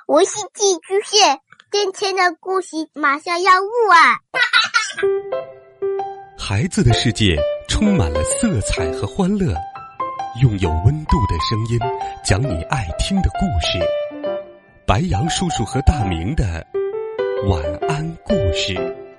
我是寄居蟹，今天的故事马上要录啊！ 孩子的世界充满了色彩和欢乐，用有温度的声音讲你爱听的故事。白杨叔叔和大明的晚安故事。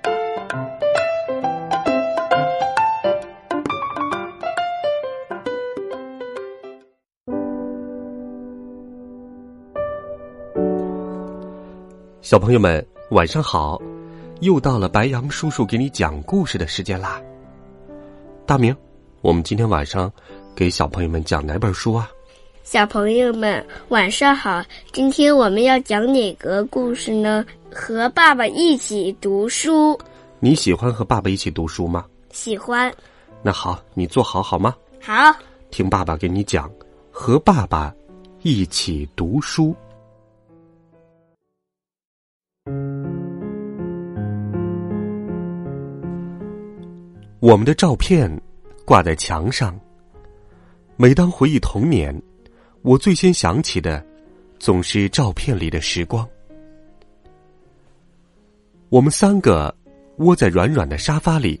小朋友们晚上好，又到了白杨叔叔给你讲故事的时间啦。大明，我们今天晚上给小朋友们讲哪本书啊？ 小朋友们晚上好，今天我们要讲哪个故事呢？和爸爸一起读书。 你喜欢和爸爸一起读书吗？ 喜欢。 那好，你坐好好吗？ 好。 听爸爸给你讲和爸爸一起读书。我们的照片挂在墙上，每当回忆童年，我最先想起的总是照片里的时光。我们三个窝在软软的沙发里，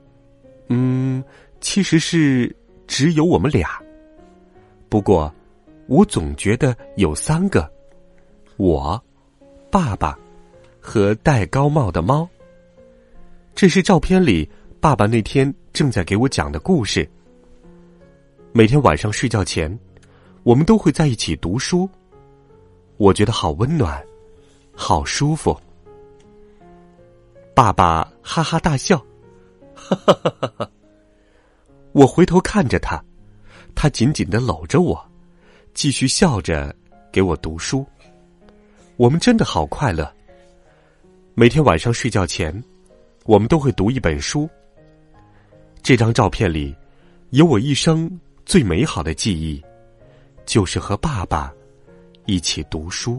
其实是只有我们俩，不过我总觉得有三个，我、爸爸和戴高帽的猫。这是照片里爸爸那天正在给我讲的故事。每天晚上睡觉前，我们都会在一起读书，我觉得好温暖，好舒服。爸爸哈哈大笑，哈哈哈哈哈。我回头看着他，他紧紧地搂着我，继续笑着给我读书。我们真的好快乐。每天晚上睡觉前，我们都会读一本书。这张照片里有我一生最美好的记忆，就是和爸爸一起读书。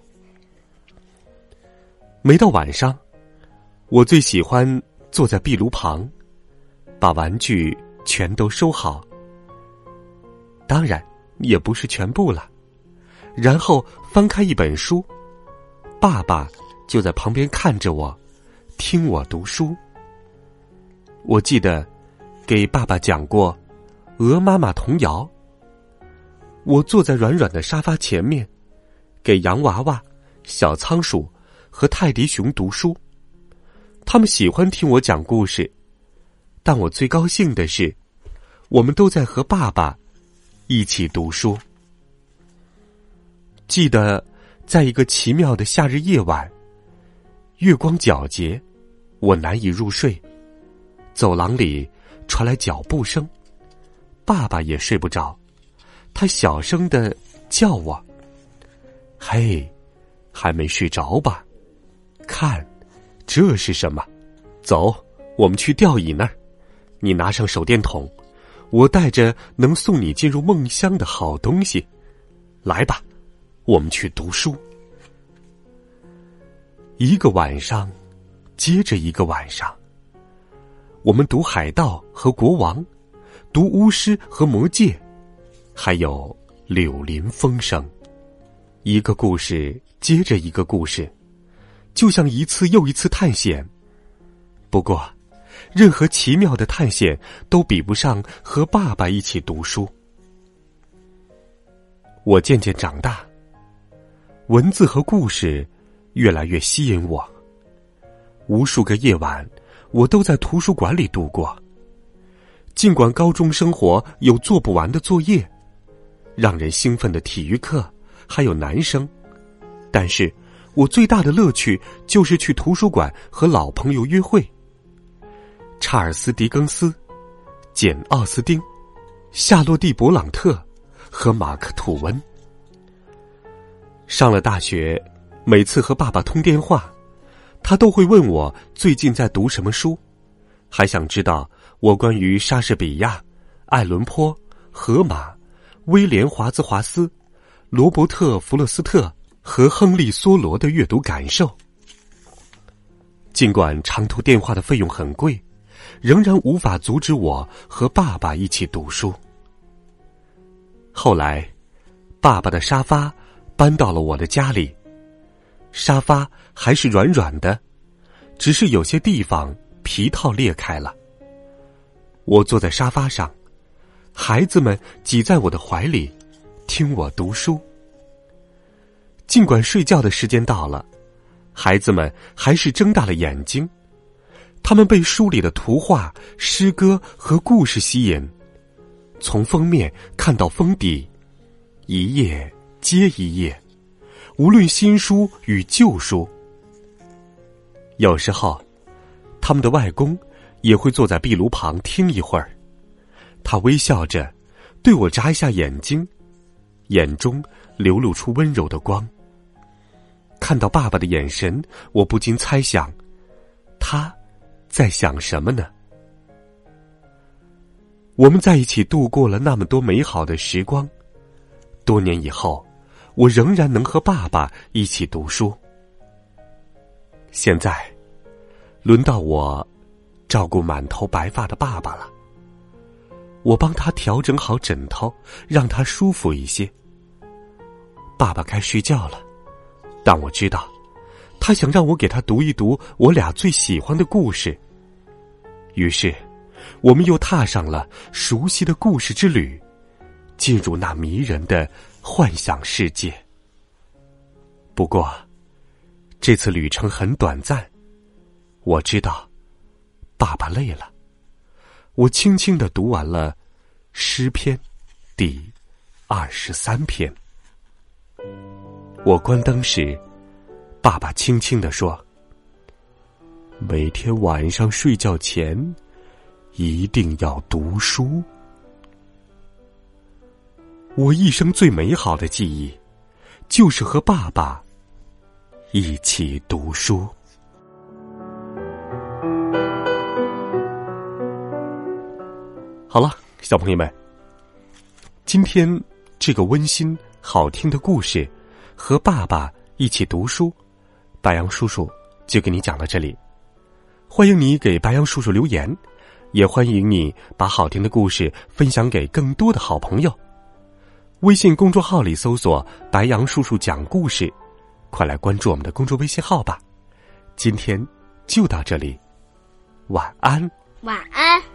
每到晚上，我最喜欢坐在壁炉旁，把玩具全都收好，当然也不是全部了，然后翻开一本书，爸爸就在旁边看着我，听我读书。我记得给爸爸讲过鹅妈妈童谣。我坐在软软的沙发前面，给洋娃娃、小仓鼠和泰迪熊读书。他们喜欢听我讲故事，但我最高兴的是，我们都在和爸爸一起读书。记得在一个奇妙的夏日夜晚，月光皎洁，我难以入睡，走廊里传来脚步声，爸爸也睡不着，他小声地叫我：嘿，还没睡着吧？看，这是什么？走，我们去吊椅那儿。你拿上手电筒，我带着能送你进入梦乡的好东西。来吧，我们去读书。一个晚上接着一个晚上，我们读海盗和国王，读巫师和魔戒，还有柳林风声。一个故事接着一个故事，就像一次又一次探险。不过任何奇妙的探险都比不上和爸爸一起读书。我渐渐长大，文字和故事越来越吸引我。无数个夜晚我都在图书馆里度过。尽管高中生活有做不完的作业，让人兴奋的体育课，还有男生，但是我最大的乐趣就是去图书馆和老朋友约会。查尔斯·狄更斯、简·奥斯汀、夏洛蒂·勃朗特和马克·吐温。上了大学，每次和爸爸通电话，他都会问我最近在读什么书，还想知道我关于莎士比亚、爱伦坡、荷马、威廉·华兹华斯、罗伯特·弗洛斯特和亨利·梭罗的阅读感受。尽管长途电话的费用很贵，仍然无法阻止我和爸爸一起读书。后来，爸爸的沙发搬到了我的家里， 沙发还是软软的，只是有些地方皮套裂开了。我坐在沙发上，孩子们挤在我的怀里，听我读书。尽管睡觉的时间到了，孩子们还是睁大了眼睛。他们被书里的图画、诗歌和故事吸引，从封面看到封底，一页接一页，无论新书与旧书。有时候，他们的外公也会坐在壁炉旁听一会儿，他微笑着对我眨一下眼睛，眼中流露出温柔的光。看到爸爸的眼神，我不禁猜想，他在想什么呢？我们在一起度过了那么多美好的时光，多年以后，我仍然能和爸爸一起读书。现在，轮到我照顾满头白发的爸爸了。我帮他调整好枕头，让他舒服一些。爸爸该睡觉了，但我知道，他想让我给他读一读我俩最喜欢的故事。于是，我们又踏上了熟悉的故事之旅，进入那迷人的幻想世界。不过，这次旅程很短暂，我知道，爸爸累了。我轻轻地读完了诗篇第23篇。我关灯时，爸爸轻轻地说：“每天晚上睡觉前，一定要读书。”我一生最美好的记忆，就是和爸爸一起读书。好了，小朋友们，今天这个温馨好听的故事，和爸爸一起读书，白杨叔叔就给你讲到这里。欢迎你给白杨叔叔留言，也欢迎你把好听的故事分享给更多的好朋友。微信公众号里搜索白杨叔叔讲故事，快来关注我们的公众微信号吧。今天就到这里，晚安。 晚安。